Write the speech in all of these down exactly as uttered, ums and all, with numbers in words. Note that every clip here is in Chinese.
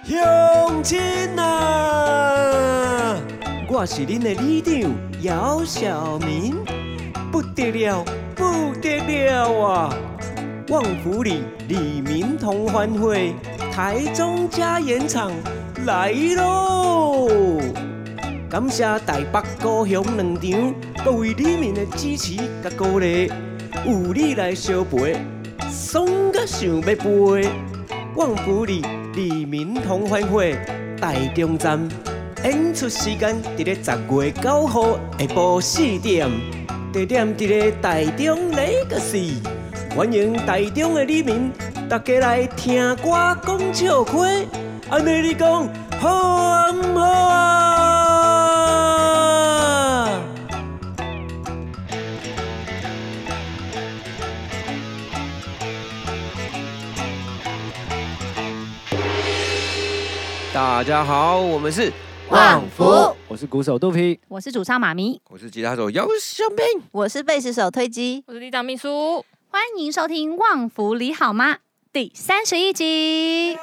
乡亲啊，我是恁的里长姚小民，不得了，不得了啊！旺福里里民同欢会台中加演场来喽！感谢台北高雄两场各位里民的支持甲鼓励，有你来相陪，爽甲想要飞。旺福里里民同欢会台中站演出时间伫咧十月九号下晡四点，地点伫咧台中 Legacy。欢迎台中的里民，大家来听歌讲笑话，安尼你讲好啊唔好啊？大家好，我们是旺福， 我是鼓手肚皮， 我是主唱妈咪， 我是吉他手姚小兵， 我是贝斯手推机， 我是里长秘书。 欢迎收听《旺福里好吗》第三十一集。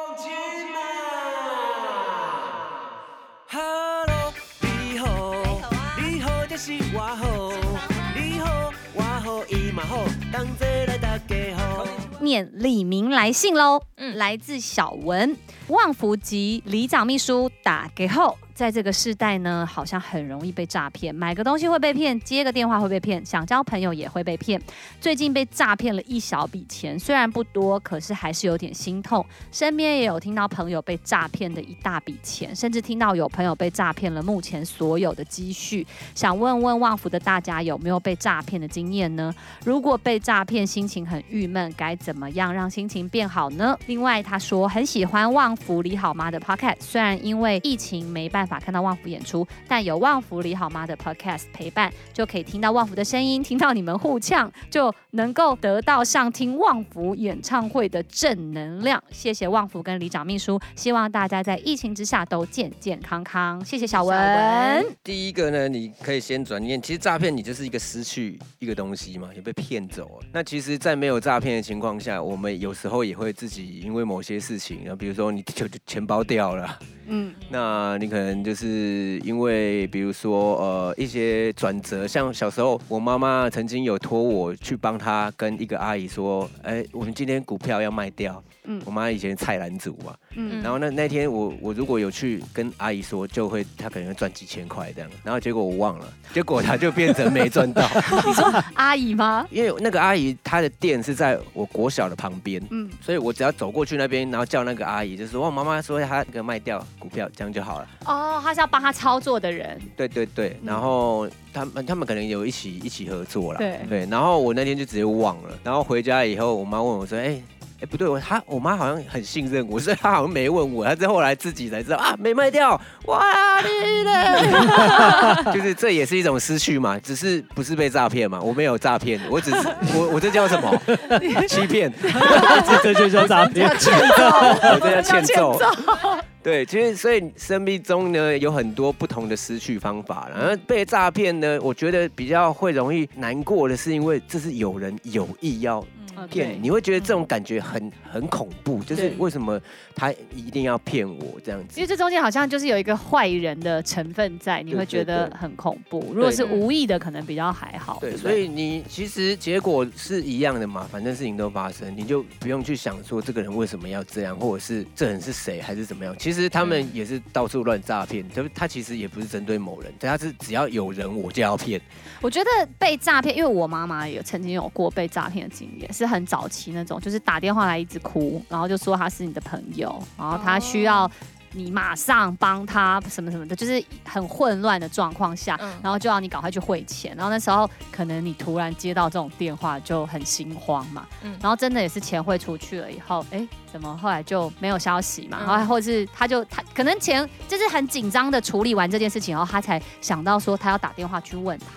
Hello， 你好，你好就是我好，你好我好伊嘛好，同齐来大家好。 念里民来信喽，嗯，来自小文，旺福及里长秘书打给后。在这个世代呢，好像很容易被诈骗，买个东西会被骗，接个电话会被骗，想交朋友也会被骗。最近被诈骗了一小笔钱，虽然不多，可是还是有点心痛。身边也有听到朋友被诈骗的一大笔钱，甚至听到有朋友被诈骗了目前所有的积蓄。想问问旺福的大家有没有被诈骗的经验呢？如果被诈骗，心情很郁闷，该怎么样让心情变好呢？另外，他说很喜欢旺福里好吗的 podcast， 虽然因为疫情没办法看到旺福演出，但有旺福里好吗的 podcast 陪伴，就可以听到旺福的声音，听到你们互呛，就能够得到上听旺福演唱会的正能量。谢谢旺福跟里长秘书，希望大家在疫情之下都健健康康。谢谢小文。小文第一个呢，你可以先转念，其实诈骗你就是一个失去一个东西嘛，你被骗走了。那其实，在没有诈骗的情况下，我们有时候也会自己因为某些事情，比如说你钱包掉了。嗯，那你可能就是因为，比如说呃一些转折，像小时候我妈妈曾经有托我去帮她跟一个阿姨说，哎，我们今天股票要卖掉。嗯，我妈以前菜篮族嘛，嗯，然后那那天我我如果有去跟阿姨说，就会她可能会赚几千块这样，然后结果我忘了，结果她就变成没赚到。 你说阿姨吗？ 因为那个阿姨她的店是在我国小的旁边，嗯，所以我只要走过去那边，然后叫那个阿姨，就说我妈妈说她那个卖掉股票，这样就好了。 哦，她是要帮她操作的人。 对对对，然后他们他们可能有一起一起合作啦， 对对，然后我那天就直接忘了，然后回家以后，我妈问我说，哎、欸。哎，不对，我他我妈好像很信任我，所以她好像没问我，她是后来自己才知道啊，没卖掉，哇你嘞，就是这也是一种失去嘛，只是不是被诈骗嘛，我没有诈骗，我只是我我这叫什么？欺骗， 这就叫诈骗， 欠揍，我这叫欠揍。对，其实所以生命中呢有很多不同的失去方法，然后被诈骗呢，我觉得比较会容易难过的是，因为这是有人有意要骗你，你会觉得这种感觉很很恐怖，就是为什么他一定要骗我这样子？ 因为这中间好像就是有一个坏人的成分在，你会觉得很恐怖。如果是无意的，可能比较还好。 对，所以你其实结果是一样的嘛，反正事情都发生，你就不用去想说这个人为什么要这样，或者是这人是谁还是怎么样。其实他们也是到处乱诈骗，就是他其实也不是针对某人，他是只要有人我就要骗。 我觉得被诈骗，因为我妈妈也曾经有过被诈骗的经验，是很早期那种，就是打电话来一直哭，然后就说他是你的朋友，然后他需要你马上帮他什么什么的，就是很混乱的状况下，嗯、然后就要你赶快去汇钱。然后那时候可能你突然接到这种电话就很心慌嘛，嗯、然后真的也是钱汇出去了以后，哎，怎么后来就没有消息嘛？嗯、然后或者是他就他可能钱就是很紧张的处理完这件事情，然后他才想到说他要打电话去问他。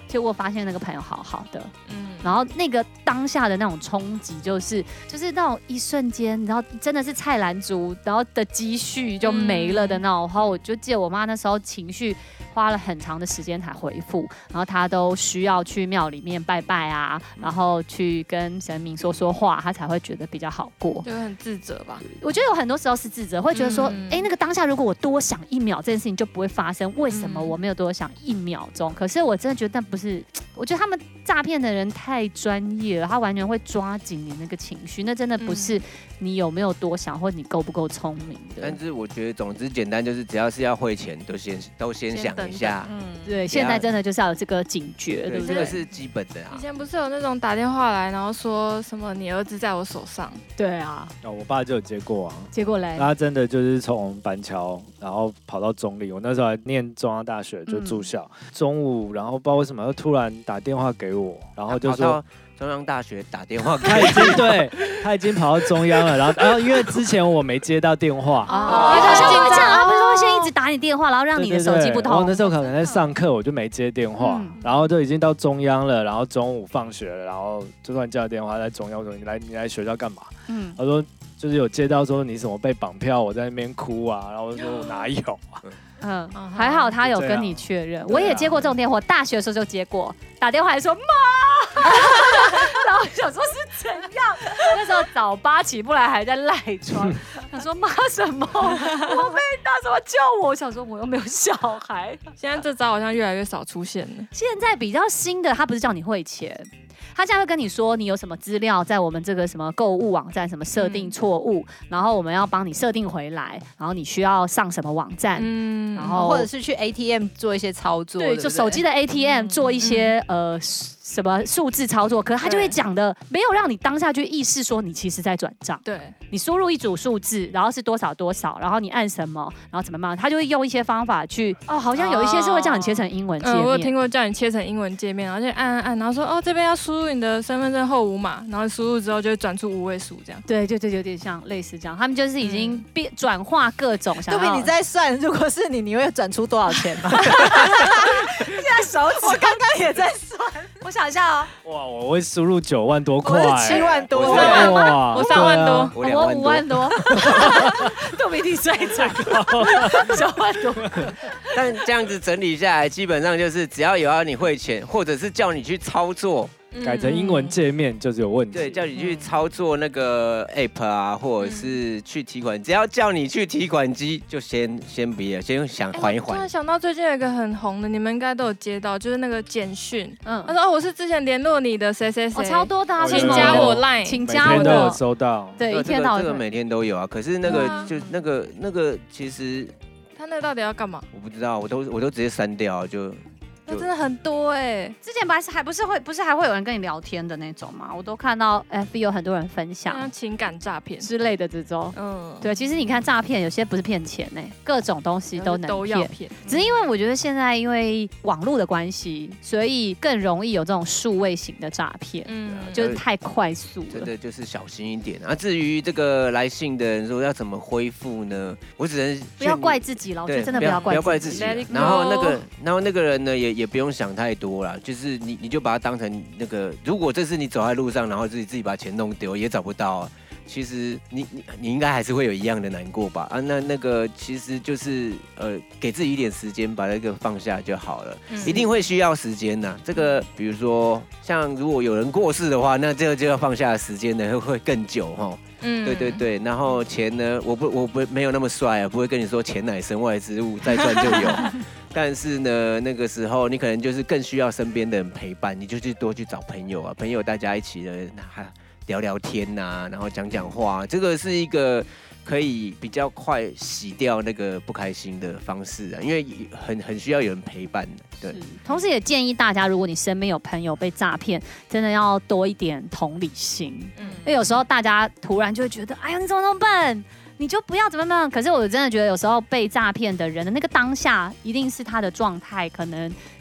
结果发现那个朋友好好的，嗯，然后那个当下的那种冲击，就是就是那种一瞬间，然后真的是菜篮族，然后的积蓄就没了的那种。然后我就记得我妈那时候情绪花了很长的时间才回复，然后她都需要去庙里面拜拜啊，然后去跟神明说说话，她才会觉得比较好过。 就很自责吧？ 我觉得有很多时候是自责，会觉得说，哎、嗯，那个当下如果我多想一秒，这件事情就不会发生。为什么我没有多想一秒钟？可是我真的觉得那不是，我觉得他们诈骗的人太专业了，他完全会抓紧你那个情绪，那真的不是你有没有多想，或者你够不够聪明的。 但是我觉得，总之简单就是，只要是要汇钱，都先都先想一下。 嗯，对，现在真的就是要有这个警觉，对不对？ 这个是基本的啊。 以前不是有那种打电话来，然后说什么你儿子在我手上？ 对啊， 哦，我爸就有接过啊。 结果嘞， 他真的就是从板桥，然后跑到中立。我那时候还念中央大学，就住校。嗯、中午，然后不知道为什么又突然打电话给我，然后就说。 中央大学打电话给他已经对，他已经跑到中央了，然后然后因为之前我没接到电话， 哦，好像会这样，他不是会先一直打你电话，然后让你的手机不通。 我那时候可能在上课，我就没接电话，嗯、然后就已经到中央了，然后中午放学了，然后就突然叫电话在中央说你来你来学校干嘛？嗯，他说就是有接到说你什么被绑票，我在那边哭啊，然后我说我哪有啊？ 嗯，还好他有跟你确认，我也接过这种电话，大学的时候就接过，打电话还说妈。然后想说是怎样，那时候早八起不来还在赖床，想说妈什么，我被打什么救我？我想说我又没有小孩。 现在这招好像越来越少出现了。 现在比较新的，他不是叫你汇钱，他现在会跟你说你有什么资料在我们这个什么购物网站什么设定错误，嗯、然后我们要帮你设定回来，然后你需要上什么网站，嗯，然后或者是去 A T M 做一些操作， 对，就手机的 A T M 做一些、嗯、呃。什么数字操作，可是他就会讲的没有让你当下去意识说你其实在转账。 对， 你输入一组数字，然后是多少多少，然后你按什么，然后怎么样，他就会用一些方法去哦，好像有一些是会叫你切成英文界面。 嗯，我有听过叫你切成英文界面，然后就按按按，然后说哦这边要输入你的身份证后五码，然后输入之后就会转出五位数这样。 对，就就有点像类似这样，他们就是已经变转化各种想要。 杜比，你在算，如果是你，你会转出多少钱吗？现在手指，我刚刚也在算，我想一下哦。 哇，我会输入九万多块， 我是七万多， 哇， 我三万多， 我五万多，杜比你最惨，九万多。 但这样子整理下来，基本上就是只要有要你汇钱，或者是叫你去操作。 改成英文界面就是有问题。 对，叫你去操作那个 app 啊，或者是去提款，只要叫你去提款机，就先先不要，先想缓一缓。 突然想到最近有一个很红的，你们应该都有接到，就是那个简讯，嗯，他说哦，我是之前联络你的谁谁谁， 超多的， 请加我 line， 请加我， 每天都有收到， 对，一天到晚这个每天都有啊。可是那个就那个那个其实他那个到底要干嘛？ 我不知道，我都我都直接删掉就。 那真的很多哎、欸！ 之前不是还不是会不是还会有人跟你聊天的那种吗？我都看到 F B 有很多人分享情感诈骗之类的这种。嗯，对，其实你看诈骗有些不是骗钱哎、欸，各种东西都能骗。只是因为我觉得现在因为网络的关系，所以更容易有这种数位型的诈骗，嗯，就是太快速了。 真的就是小心一点啊。至于这个来信的人说要怎么恢复呢？我只能不要怪自己了，我觉得真的不要怪不要怪自己。然后那个然后那个人呢也。也不用想太多啦，就是你你就把它当成那个，如果这是你走在路上，然后自己自己把钱弄丢，也找不到啊。其实你你你应该还是会有一样的难过吧？啊，那那个其实就是呃，给自己一点时间，把那个放下就好了。嗯、一定会需要时间呐。这个比如说，像如果有人过世的话，那这个就要放下的时间呢会更久哈。嗯，对对对。然后钱呢，我不我不没有那么帅啊，不会跟你说钱乃身外之物，再赚就有。但是呢，那个时候你可能就是更需要身边的人陪伴，你就去多去找朋友啊，朋友大家一起的聊聊天呐、啊，然后讲讲话，这个是一个可以比较快洗掉那个不开心的方式啊，因为很很需要有人陪伴的。对， 同时也建议大家，如果你身边有朋友被诈骗，真的要多一点同理心，嗯，因为有时候大家突然就会觉得，哎呀，你怎么那么笨？你就不要怎么怎么，可是我真的觉得有时候被诈骗的人的那个当下，一定是他的状态可能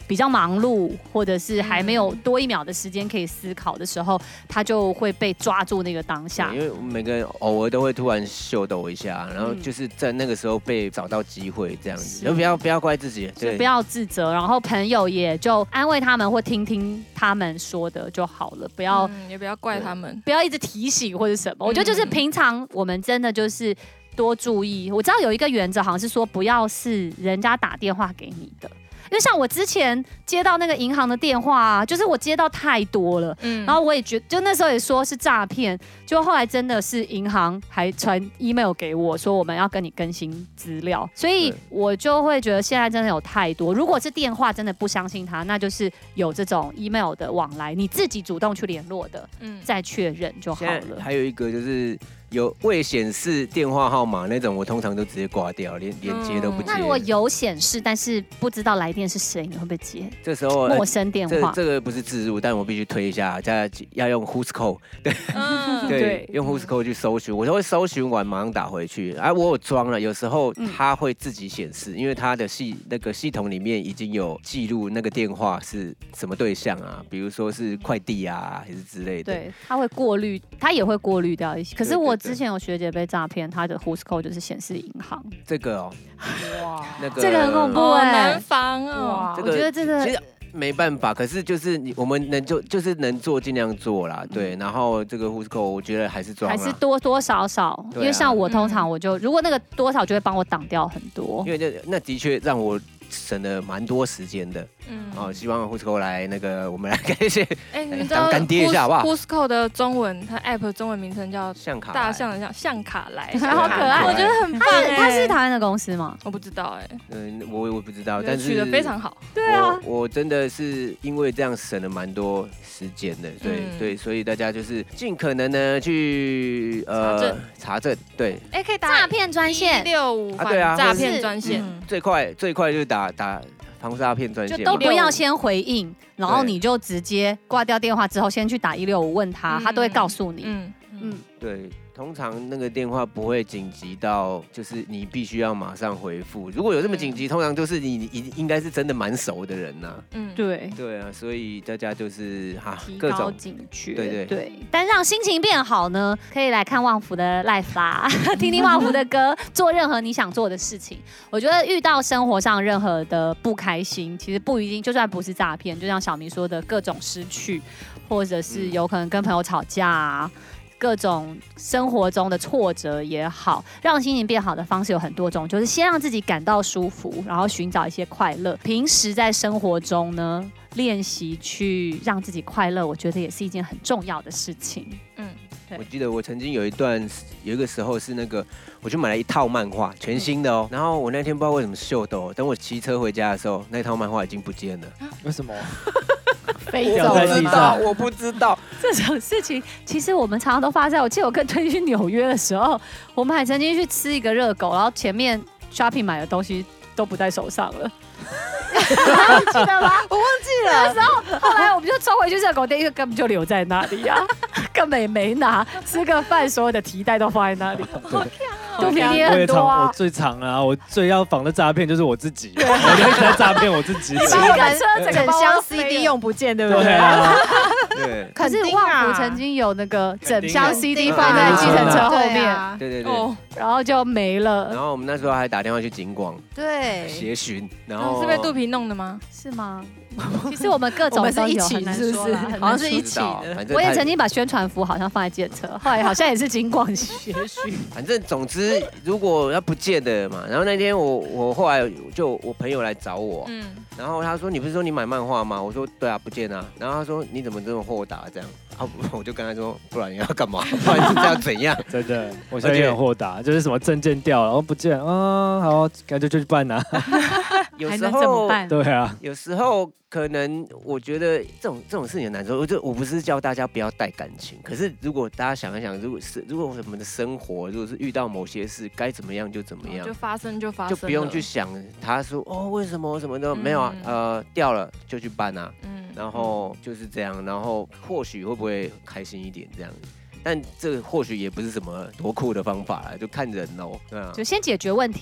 比较忙碌，或者是还没有多一秒的时间可以思考的时候，他就会被抓住那个当下。 因为每个人偶尔都会突然秀抖一下，然后就是在那个时候被找到机会这样子，就不要不要怪自己， 就不要自责，然后朋友也就安慰他们或听听他们说的就好了，不要、 嗯、也不要怪他们， 不要一直提醒或者什么。我觉得就是平常我们真的就是多注意。我知道有一个原则好像是说不要是人家打电话给你的。因为像我之前接到那个银行的电话啊，就是我接到太多了，嗯，然后我也觉得，就那时候也说是诈骗，就后来真的是银行还传 email 给我说我们要跟你更新资料，所以我就会觉得现在真的有太多。如果是电话真的不相信他，那就是有这种 email 的往来，你自己主动去联络的，嗯，再确认就好了。 还有一个就是有未显示电话号码那种，我通常都直接挂掉，连连接都不接。 那如果有显示，但是不知道来电是谁，你会不会接？ 这时候陌生电话， 这, 这个不是置入，但我必须推一下，在要用 Who's Call， 对、嗯、对，用 Who's Call 去搜寻，我都会搜寻完马上打回去。哎、啊，我有装了，有时候它会自己显示，因为它的系那个系统里面已经有记录那个电话是什么对象啊，比如说是快递啊，还是之类的。 对，它会过滤，它也会过滤掉一些。可是我之前有学姐被诈骗，她的 Who's Call 就是显示银行。 这个哦， 哇，那个这个很恐怖哎、 欸，难防哦。 这个、 我觉得这个其实没办法，可是就是你我们能做，就是能做尽量做啦，对。然后这个 Who's Call 我觉得还是装， 还是多多少少，啊、因为像我通常我就、嗯、如果那个多少就会帮我挡掉很多， 因为那那的确让我省了蛮多时间的。嗯，好、哦，希望 Who's Call 来那个我们来干一些， 哎、欸，你知道干爹一下好不好 ？Who's Call 的中文，它 App 中文名称叫象卡大象的象象卡来， 好可爱， 我觉得很棒、欸。 它是台湾的公司吗？ 我不知道哎、欸， 嗯，我我不知道，但是取得非常好。 对啊我，我真的是因为这样省了蛮多时间的，对、嗯、对，所以大家就是尽可能呢去呃查证，查证对， 哎、欸，可以打诈骗专线一六五啊，对啊， 诈骗专线、 嗯、最快最快就是打打。防诈骗专线就都不要先回应，然后你就直接挂掉电话之后，先去打一六五问他，嗯、他都会告诉你。嗯嗯，对，通常那个电话不会紧急到，就是你必须要马上回复。如果有这么紧急，通常就是你应应该是真的蛮熟的人呐、啊。 嗯，对， 对啊，所以大家就是哈， 提高警觉， 对对对。但让心情变好呢，可以来看旺福的 live 啦，听听旺福的歌，做任何你想做的事情。我觉得遇到生活上任何的不开心，其实不一定，就算不是诈骗，就像小明说的各种失去，或者是有可能跟朋友吵架啊。各种生活中的挫折也好，让心情变好的方式有很多种，就是先让自己感到舒服，然后寻找一些快乐。平时在生活中呢，练习去让自己快乐，我觉得也是一件很重要的事情。嗯， 我记得我曾经有一段有一个时候是那个，我就买了一套漫画，全新的哦。然后我那天不知道为什么秀逗，等我骑车回家的时候，那套漫画已经不见了。 为什么？ 飞走了， 我不知道这种事情，其实我们常常都发生。我记得我跟推去纽约的时候，我们还曾经去吃一个热狗，然后前面 shopping 买的东西都不在手上了。记得吗？我忘记了。那时候，后来我们就冲回去热狗店，因为根本就留在那里啊，根本也没拿。吃个饭，所有的提袋都放在那里。好强哦！肚皮贴很多啊。 我最常啊，我最要防的诈骗就是我自己，我就一直在诈骗我自己。 一个车整箱 C D 用不见，对不对？ 对啊。 对。 可是旺福曾经有那个整箱 C D 放在计程车后面， 对对对， 然后就没了。 然后我们那时候还打电话去警广， 对， 协寻，然后是被肚皮弄的吗？ 是吗？其实我们各种都有，很难说，是不是？好像是一起的。 我也曾经把宣传符好像放在计程车，后来好像也是警广协寻。 反正总之，如果要不见的嘛，然后那天我我后来就我朋友来找我，嗯，然后他说你不是说你买漫画吗？我说对啊，不见啊。然后他说你怎么这么豁达这样？啊，我就跟他说，不然你要干嘛？不然是这样怎样？ 真的，我现在也很豁达，就是什么证件掉了，然后不见，啊，好，干脆就去办啊。 有时候， 对啊， 有时候可能我觉得这种这种事情很难说。我就我不是教大家不要带感情，可是如果大家想一想，如果是如果我们的生活，如果是遇到某些事，该怎么样就怎么样， 就发生就发生， 就不用去想他说哦为什么什么的、嗯、没有啊，呃掉了就去办啊，嗯，然后就是这样，然后或许会不会开心一点这样。但这或许也不是什么多酷的方法啦，就看人喽，对啊， 就先解决问题，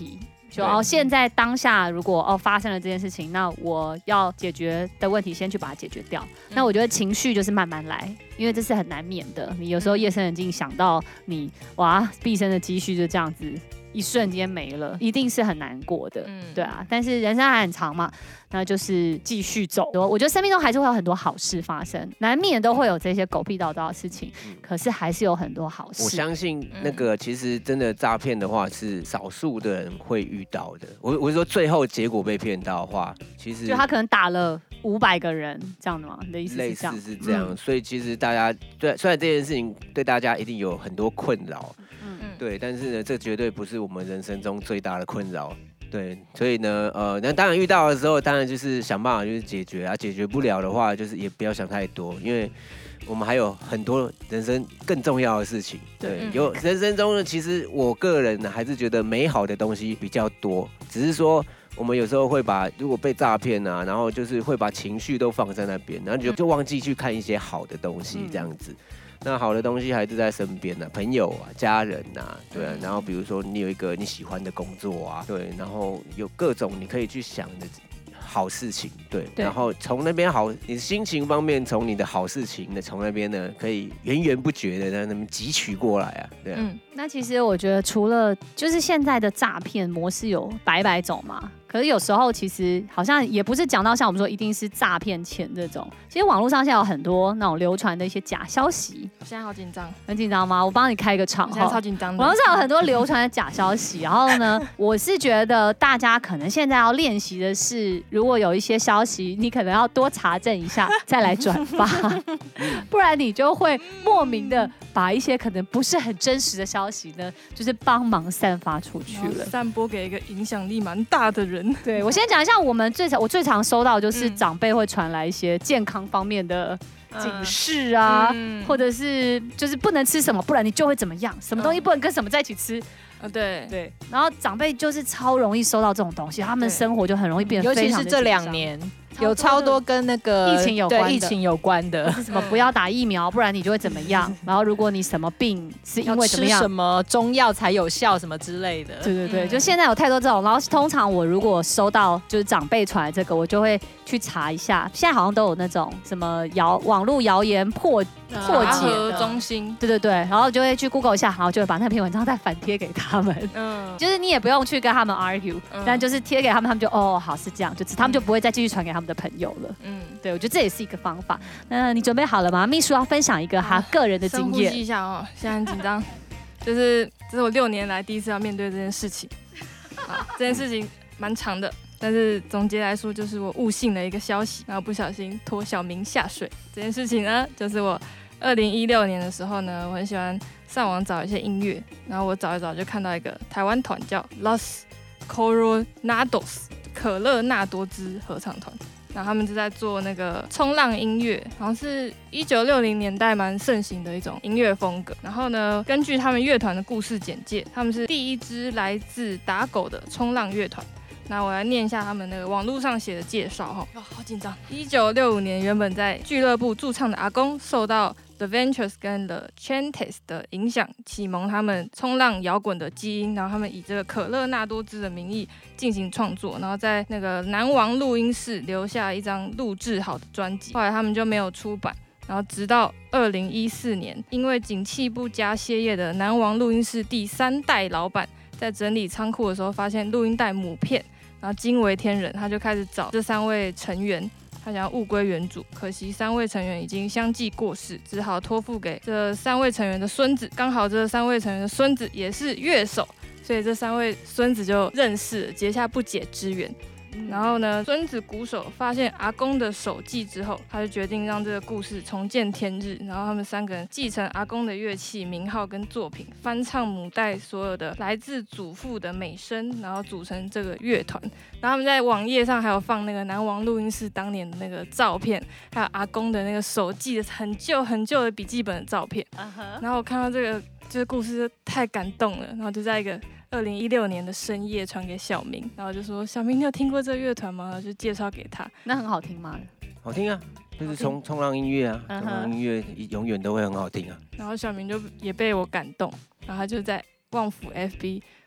就哦，现在当下如果哦发生了这件事情，那我要解决的问题先去把它解决掉。嗯、那我觉得情绪就是慢慢来，因为这是很难免的。你有时候夜深人静想到你哇毕生的积蓄就这样子一瞬间没了，一定是很难过的。嗯，对啊。但是人生还很长嘛，那就是继续走。我觉得生命中还是会有很多好事发生，难免都会有这些狗屁倒灶的事情，嗯、可是还是有很多好事。 我相信那个其实真的诈骗的话是少数的人会遇到的。我我是说最后结果被骗到的话，其实就他可能打了五百个人这样的吗？你的意思是这样？ 类似是这样，嗯、所以其实大家对虽然这件事情对大家一定有很多困扰。对，但是呢，这绝对不是我们人生中最大的困扰。对，所以呢，呃，那当然遇到的时候，当然就是想办法就是解决啊，解决不了的话，就是也不要想太多，因为我们还有很多人生更重要的事情。对，嗯、有人生中呢，其实我个人呢还是觉得美好的东西比较多，只是说我们有时候会把如果被诈骗啊，然后就是会把情绪都放在那边，然后就就忘记去看一些好的东西，这样子。嗯那好的东西还是在身边呢、啊，朋友啊、家人啊，对啊。然后比如说你有一个你喜欢的工作啊，对，然后有各种你可以去想的好事情，对。对然后从那边好，你的心情方面，从你的好事情呢，从那边呢可以源源不绝的在那边汲取过来啊，对啊。嗯， 那其实我觉得除了就是现在的诈骗模式有百百种嘛。可是有时候其实好像也不是讲到像我们说一定是诈骗钱这种，其实网络上现在有很多那种流传的一些假消息。 我现在好紧张， 很紧张吗？我帮你开一个场， 我现在超紧张的。 网络上有很多流传的假消息，然后呢，我是觉得大家可能现在要练习的是，如果有一些消息，你可能要多查证一下再来转发，不然你就会莫名的把一些可能不是很真实的消息呢，就是帮忙散发出去了， 散播给一个影响力蛮大的人。 对，我先讲一下，我们最常我最常收到就是长辈会传来一些健康方面的警示啊，嗯、或者是就是不能吃什么，不然你就会怎么样，什么东西不能跟什么在一起吃。 啊，对对，然后长辈就是超容易收到这种东西，他们生活就很容易变得非常的紧张， 尤其是这两年。有超多跟那个疫情有关的， 疫情有关的， 是什么不要打疫苗，不然你就会怎么样？然后如果你什么病是因为怎么样， 吃什么中药才有效，什么之类的。 对对对，嗯、就现在有太多这种。然后通常我如果收到就是长辈传来这个，我就会去查一下。现在好像都有那种什么谣网络谣言破破解中心， 对对对，然后就会去 Google 一下，然后就会把那篇文章再反贴给他们。嗯，就是你也不用去跟他们 argue，、嗯、但就是贴给他们，他们就哦好是这样，就他们就不会再继续传给他们的朋友了。嗯，对，我觉得这也是一个方法。那你准备好了吗？秘书要分享一个他个人的经验。 深呼吸一下哦，现在很紧张。就是这是我六年来第一次要面对这件事情。啊，这件事情蛮长的，但是总结来说，就是我误信了一个消息，然后不小心拖小明下水。这件事情呢，就是我二零一六年的时候呢，我很喜欢上网找一些音乐，然后我找一找就看到一个台湾团叫 Los Coronados 可乐纳多兹合唱团。然后他们就在做那个冲浪音乐，好像是一九六零年代蛮盛行的一种音乐风格。然后呢，根据他们乐团的故事简介，他们是第一支来自打狗的冲浪乐团。那我来念一下他们那个网络上写的介绍哈，哦，好紧张。一九六五年，原本在俱乐部驻唱的阿公，受到 The Ventures 跟 The Chantes 的影响，启蒙他们冲浪摇滚的基因，然后他们以这个可乐纳多兹的名义进行创作，然后在那个南王录音室留下一张录制好的专辑，后来他们就没有出版。然后直到二零一四年，因为景气不佳歇业的南王录音室第三代老板在整理仓库的时候，发现录音带母片，然后惊为天人，他就开始找这三位成员，他想要物归原主，可惜三位成员已经相继过世，只好托付给这三位成员的孙子。刚好这三位成员的孙子也是乐手，所以这三位孙子就认识了，结下不解之缘。然后呢，孙子鼓手发现阿公的手迹之后，他就决定让这个故事重见天日。然后他们三个人继承阿公的乐器、名号跟作品，翻唱母带所有的来自祖父的美声，然后组成这个乐团。然后他们在网页上还有放那个南王录音室当年的那个照片，还有阿公的那个手记的很旧很旧的笔记本的照片。Uh-huh. 然后我看到这个这个故事就太感动了，然后就在一个二零一六年的深夜传给小明，然后就说：“小明，你有听过这个乐团吗？”然后就介绍给他。 那很好听吗？ 好听啊，就是冲冲浪音乐啊，冲浪音乐永远都会很好听啊。 然后小明就也被我感动，然后他就在旺福 F B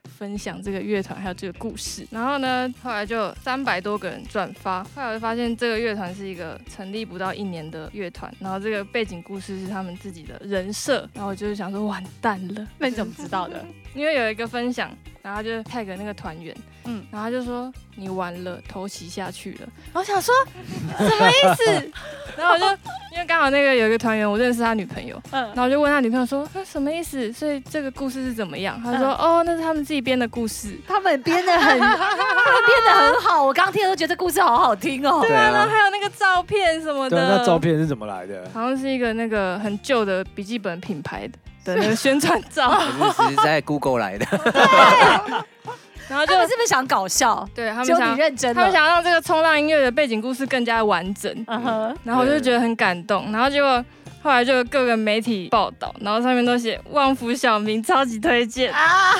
分享这个乐团还有这个故事。然后呢，后来就有三百多个人转发，后来我就发现这个乐团是一个成立不到一年的乐团，然后这个背景故事是他们自己的人设，然后我就是想说完蛋了。 那你怎么知道的？ 因为有一个分享，然后就 tag 那个团员，嗯，然后他就说你完了，偷袭下去了。然后我想说什么意思？然后我就因为刚好那个有一个团员，我认识他女朋友，嗯，然后我就问他女朋友说，那什么意思？所以这个故事是怎么样？他说，哦，那是他们自己编的故事， 他们编的很，他们编的很好。我刚听都觉得这故事好好听哦。 对啊，然后还有那个照片什么的。 对，那照片是怎么来的？ 好像是一个那个很旧的笔记本品牌的。的那个宣传照， 还是在 Google 来的。 然后就他们是不是想搞笑？ 对他们想你认真， 他们想让这个冲浪音乐的背景故事更加完整。Uh-huh. 然后我就觉得很感动。然后结果后来就有各个媒体报道，然后上面都写旺福小明超级推荐。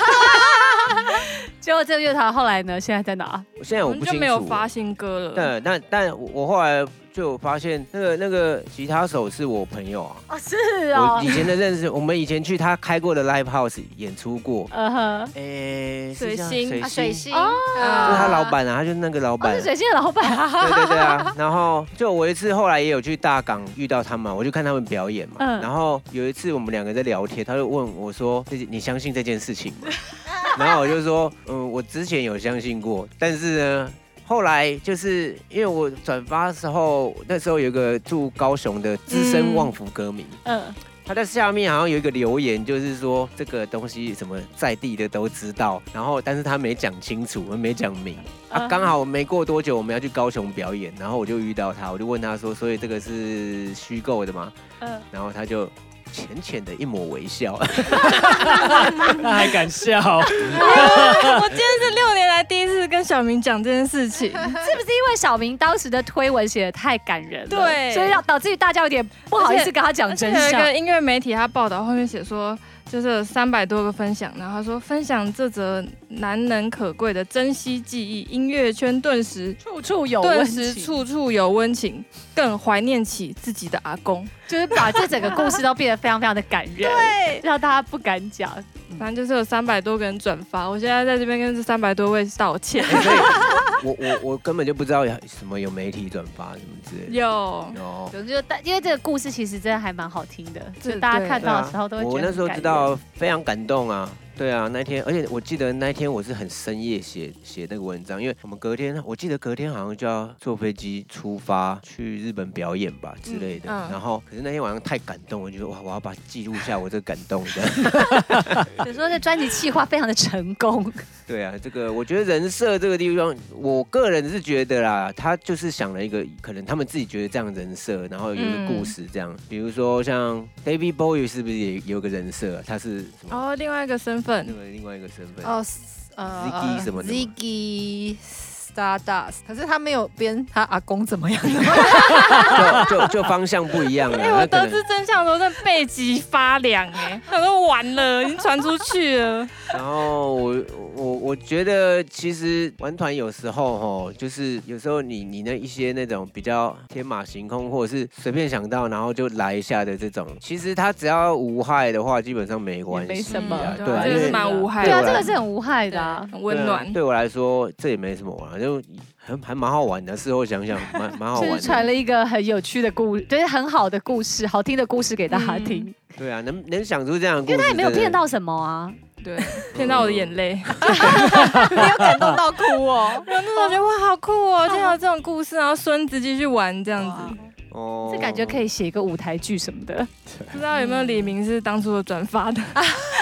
结果这个乐团后来呢？现在在哪？ 现在我不清楚， 就没有发新歌了。 对，但但我后来就发现那个那个吉他手是我朋友啊。 哦，是哦。 我以前的认识，我们以前去他开过的 live house 演出过。嗯哼。 诶，水星， 水星， 哦，就是他老板啊，他就是那个老板。 是水星的老板啊。 对对对啊。然后就我一次后来也有去大港遇到他们，我就看他们表演嘛。嗯。然后有一次我们两个在聊天，他就问我说：“你相信这件事情吗？”然后我就说，嗯，我之前有相信过，但是呢，后来就是因为我转发的时候，那时候有一个住高雄的资深旺福歌迷，嗯，他在下面好像有一个留言，就是说这个东西什么在地的都知道，然后但是他没讲清楚，没讲明，啊，刚好没过多久我们要去高雄表演，然后我就遇到他，我就问他说，所以这个是虚构的吗？嗯，然后他就。浅浅的一抹微笑， 他还敢笑。 我今天是六年来第一次跟小明讲这件事情，是不是因为小明当时的推文写的太感人了， 对， 所以让导致于大家有点不好意思跟他讲真相。 有一个音乐媒体他报道后面写说。就是有三百多个分享，然后他说分享这则难能可贵的珍惜记忆，音乐圈顿时处处有温情， 顿时处处有温情，更怀念起自己的阿公， 就是把这整个故事都变得非常非常的感人， 对， 让大家不敢讲。 反正就是有三百多个人转发，我现在在这边跟这三百多位道歉。 我我我根本就不知道有什么有媒体转发什么之类的。 有有，就因为这个故事其实真的还蛮好听的，所以大家看到的时候都会觉得我那时候知道非常感动啊。对啊，那天，而且我记得那天我是很深夜写写那个文章，因为我们隔天，我记得隔天好像就要坐飞机出发去日本表演吧之类的。嗯嗯、然后，可是那天晚上太感动，我觉得哇，我要把记录下我这个感动的。 有时候这专辑企划非常的成功。 对啊，这个我觉得人设这个地方，我个人是觉得啦，他就是想了一个可能他们自己觉得这样人设，然后有一个故事这样，嗯、比如说像 David Bowie 是不是也有个人设？他是什么？ 哦，另外一个身份。 另外另外一个身份哦， 呃 ，Ziggy 什么的 ，Ziggy Stardust， 可是他没有编他阿公怎么样的， 就就就方向不一样了。 哎，我得知真相的时候，真的背脊发凉哎，他说完了，已经传出去了。 然后我我我觉得其实玩团有时候吼，就是有时候你你那一些那种比较天马行空，或者是随便想到然后就来一下的这种，其实他只要无害的话，基本上没关系， 没什么， 对啊， 这个是蛮无害的， 对啊，这个是很无害的啊， 很温暖。 对我来说，这也没什么啊，就还还蛮好玩的。事后想想，蛮蛮好玩的。 就是传了一个很有趣的故，就是很好的故事，好听的故事给大家听。嗯、 对啊，能能想出这样的故事， 因为他也没有骗到什么啊。 对，骗到我的眼泪， 你有感动到哭哦。 然后那时候觉得哇，好酷哦，竟然有这种故事，然后孙子继续玩这样子。 哦，这感觉可以写一个舞台剧什么的。 不知道有没有李明是当初的转发的。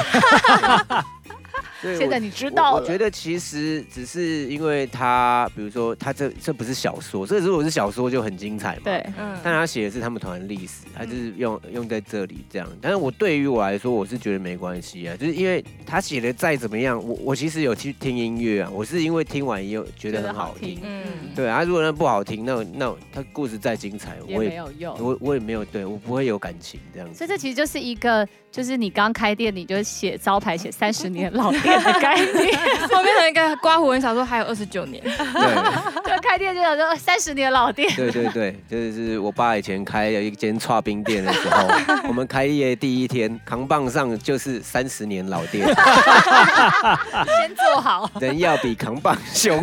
现在你知道了。 我, 我觉得其实只是因为他，比如说他这这不是小说，这如果是小说就很精彩嘛。 对， 嗯。但他写的是他们团的历史，他就是用用在这里这样。但是我对于我来说，我是觉得没关系啊，就是因为他写的再怎么样，我我其实有去听音乐啊，我是因为听完也有觉得很好听。嗯。对啊，如果那不好听，那那他故事再精彩， 我也没有用， 我我也没有对我不会有感情这样子。 所以这其实就是一个，就是你刚开店，你就写招牌写三十年老店。 店的概念。 后面有一个刮胡很少说还有二十九年， 对，就开店就想说三十年老店。 对对对，就是我爸以前开了一间串冰店的时候，我们开业第一天扛棒上就是三十年老店， 先做好， 人要比扛棒凶。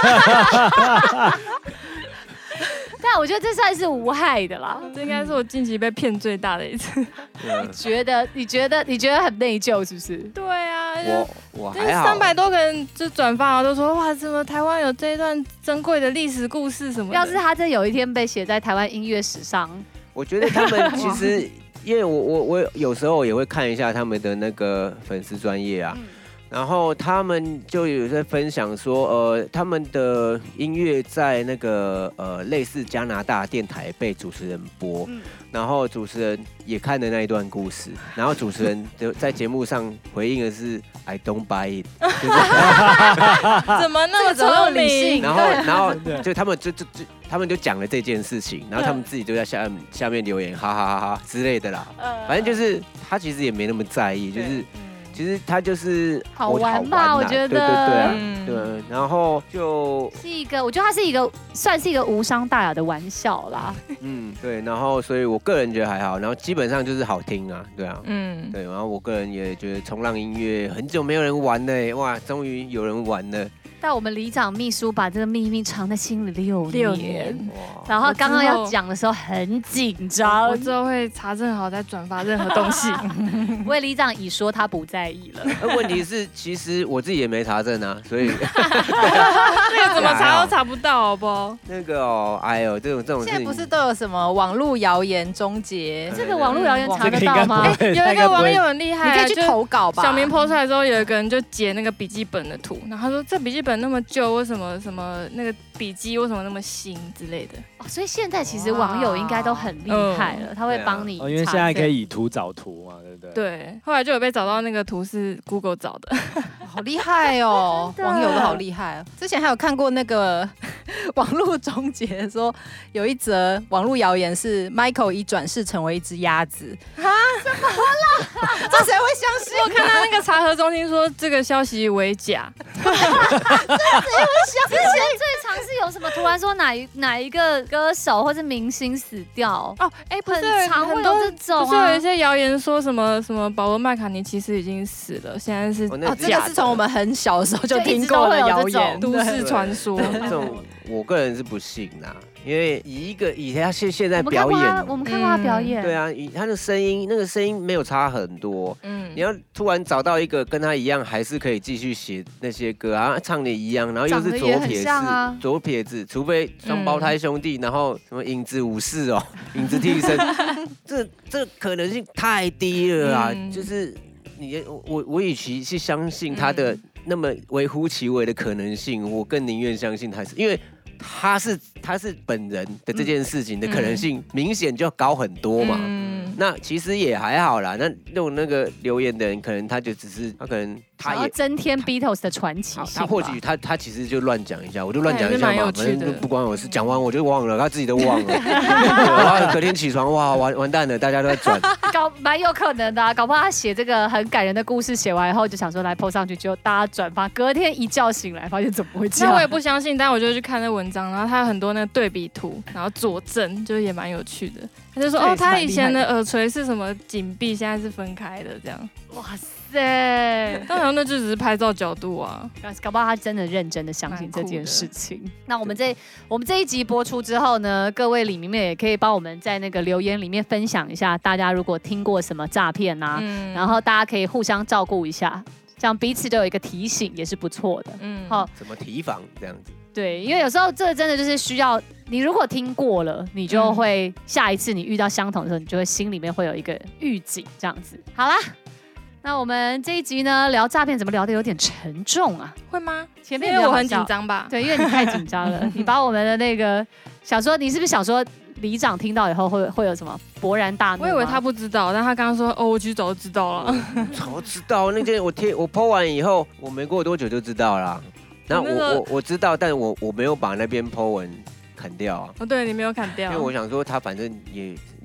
但我觉得这算是无害的啦。 这应该是我近期被骗最大的一次。 你觉得？你觉得？你觉得很内疚是不是？ 对啊， 我我就是还好， 三百多个人就转发，然后都说哇，怎么台湾有这一段珍贵的历史故事什么的。 要是他真有一天被写在台湾音乐史上， 我觉得他们其实，因为我我我有时候也会看一下他们的那个粉丝专页啊。嗯，然后他们就有在分享说，呃，他们的音乐在那个呃类似加拿大电台被主持人播，嗯、然后主持人也看了那一段故事，然后主持人就在节目上回应的是 I don't buy it， 就是怎么那么聪明？ 然后然后就他们就就就他们就讲了这件事情，然后他们自己就在下下面留言哈哈哈哈之类的啦，反正就是他其实也没那么在意，就是。其实他就是好玩吧，我觉得， 对对对啊，对，然后就是一个，我觉得它是一个算是一个无伤大雅的玩笑啦。 嗯，对，然后所以我个人觉得还好，然后基本上就是好听啊，对啊，嗯，对，然后我个人也觉得冲浪音乐很久没有人玩了，哇，终于有人玩了。 但我们里长秘书把这个秘密藏在心里六六年，然后刚刚要讲的时候很紧张， 我之后会查证好再转发任何东西。 为里长已说他不在意了。 问题是，其实我自己也没查证啊，所以那个怎么查都查不到，好不好？ 那个哦，哎呦，这种这种事情， 现在不是都有什么网络谣言终结？ 这个网络谣言查得到吗？ 有一个网友很厉害， 你可以去投稿吧。 小明 po 出来之后，有一个人就截那个笔记本的图，然后他说这笔记本那么旧，为什么什么那个笔记为什么那么新之类的？ 哦，所以现在其实网友应该都很厉害了，他会帮你， 因为现在可以以图找图嘛，对不对？ 对，后来就有被找到那个图是 Google 找的， 好厉害哦，网友都好厉害哦。之前还有看过那个网络终结说，有一则网络谣言是 Michael 已转世成为一只鸭子啊， 怎么了？ 这谁会相信？ 我看到那个查核中心说这个消息为假。 这谁会相信？之前最常是有什么突然说哪一哪一个歌手或是明星死掉哦，哎，不是很常会有这种、啊， 不是有一些谣言说什么什么保罗麦卡尼其实已经死了，现在是哦，这个是从我们很小的时候就听过的谣言， 都市传说。 这种我个人是不信啦，因为以一个以他现现在表演， 我们看过他表演， 对啊，以他的声音，那个声音没有差很多，嗯，你要突然找到一个跟他一样，还是可以继续写那些歌啊，唱的一样，然后又是左撇子，啊、左撇子，除非双胞胎兄弟，然后什么影子武士哦，影子替身，这这可能性太低了啊，嗯、就是你我我与其是相信他的那么微乎其微的可能性，我更宁愿相信他是因为。他是他是本人的这件事情的可能性明显就高很多嘛，嗯、那其实也还好啦。那用那个留言的人，可能他就只是他可能他也增添 Beatles 的传奇性， 他或许他他其实就乱讲一下，我就乱讲一下嘛， 反正不关我事，讲完我就忘了，他自己都忘了。然后隔天起床，哇，完完蛋了，大家都在转， 搞蛮有可能的、啊，搞不好他写这个很感人的故事，写完以后就想说来 po 上去，就大家转发，隔天一觉醒来发现怎么会这样？ 那我也不相信，但我就去看那文。然后他有很多那个对比图，然后佐证，就是也蛮有趣的。他就说哦，他以前的耳垂是什么紧闭，现在是分开的这样。 哇塞！ 当然那就只是拍照角度啊， 搞不好他真的认真的相信这件事情。那我们这我们这一集播出之后呢，各位里面也可以帮我们在那个留言里面分享一下，大家如果听过什么诈骗啊，嗯、然后大家可以互相照顾一下，这样彼此都有一个提醒，也是不错的。嗯， 好，怎么提防这样子？ 对，因为有时候这真的就是需要你，如果听过了，你就会、嗯、下一次你遇到相同的时候，你就会心里面会有一个预警，这样子。好啦，那我们这一集呢聊诈骗，怎么聊得有点沉重啊？ 会吗？ 前面因为我很紧张吧？ 对，因为你太紧张了，你把我们的那个想说，你是不是想说里长听到以后会会有什么勃然大怒？ 我以为他不知道，但他刚刚说哦，我其实早就知道了。 早知道那天我贴我 po 完以后，我没过多久就知道啦。那我我我知道，但我我没有把那边 po 文砍掉啊。 哦，对你没有砍掉， 因为我想说他反正也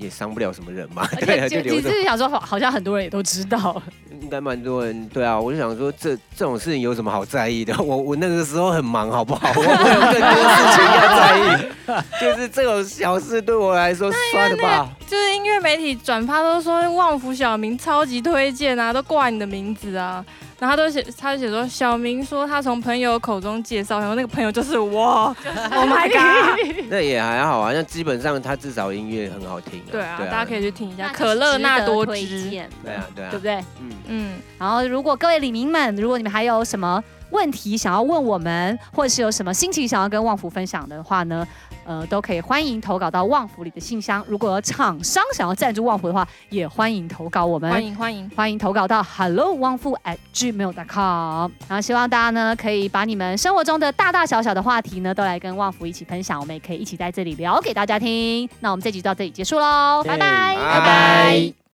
也伤不了什么人嘛。对啊，就留着。 你自己想说，好像很多人也都知道， 应该蛮多人。对啊，我就想说，这这种事情有什么好在意的？我我那个时候很忙，好不好？我会有更多事情要在意。就是这种小事对我来说，算了吧。 就是音乐媒体转发都说旺福小明超级推荐啊，都挂你的名字啊。然后他都写，他就写说小明说他从朋友口中介绍，然后那个朋友就是我。Oh my god！ 那也还好啊，那基本上他至少音乐很好听、啊。 对啊，对啊大家可以去听一下。可乐纳多汁。 对啊，对啊， 对不对？ 嗯嗯。然后，如果各位李民们，如果你们还有什么问题想要问我们，或者是有什么心情想要跟旺福分享的话呢？呃，都可以欢迎投稿到旺福里的信箱。如果有厂商想要赞助旺福的话，也欢迎投稿我们。 欢迎欢迎欢迎投稿到 hello 旺福 at gmail dot com。然后希望大家呢可以把你们生活中的大大小小的话题呢，都来跟旺福一起分享，我们也可以一起在这里聊给大家听。那我们这集就到这里结束喽，拜拜， 拜拜。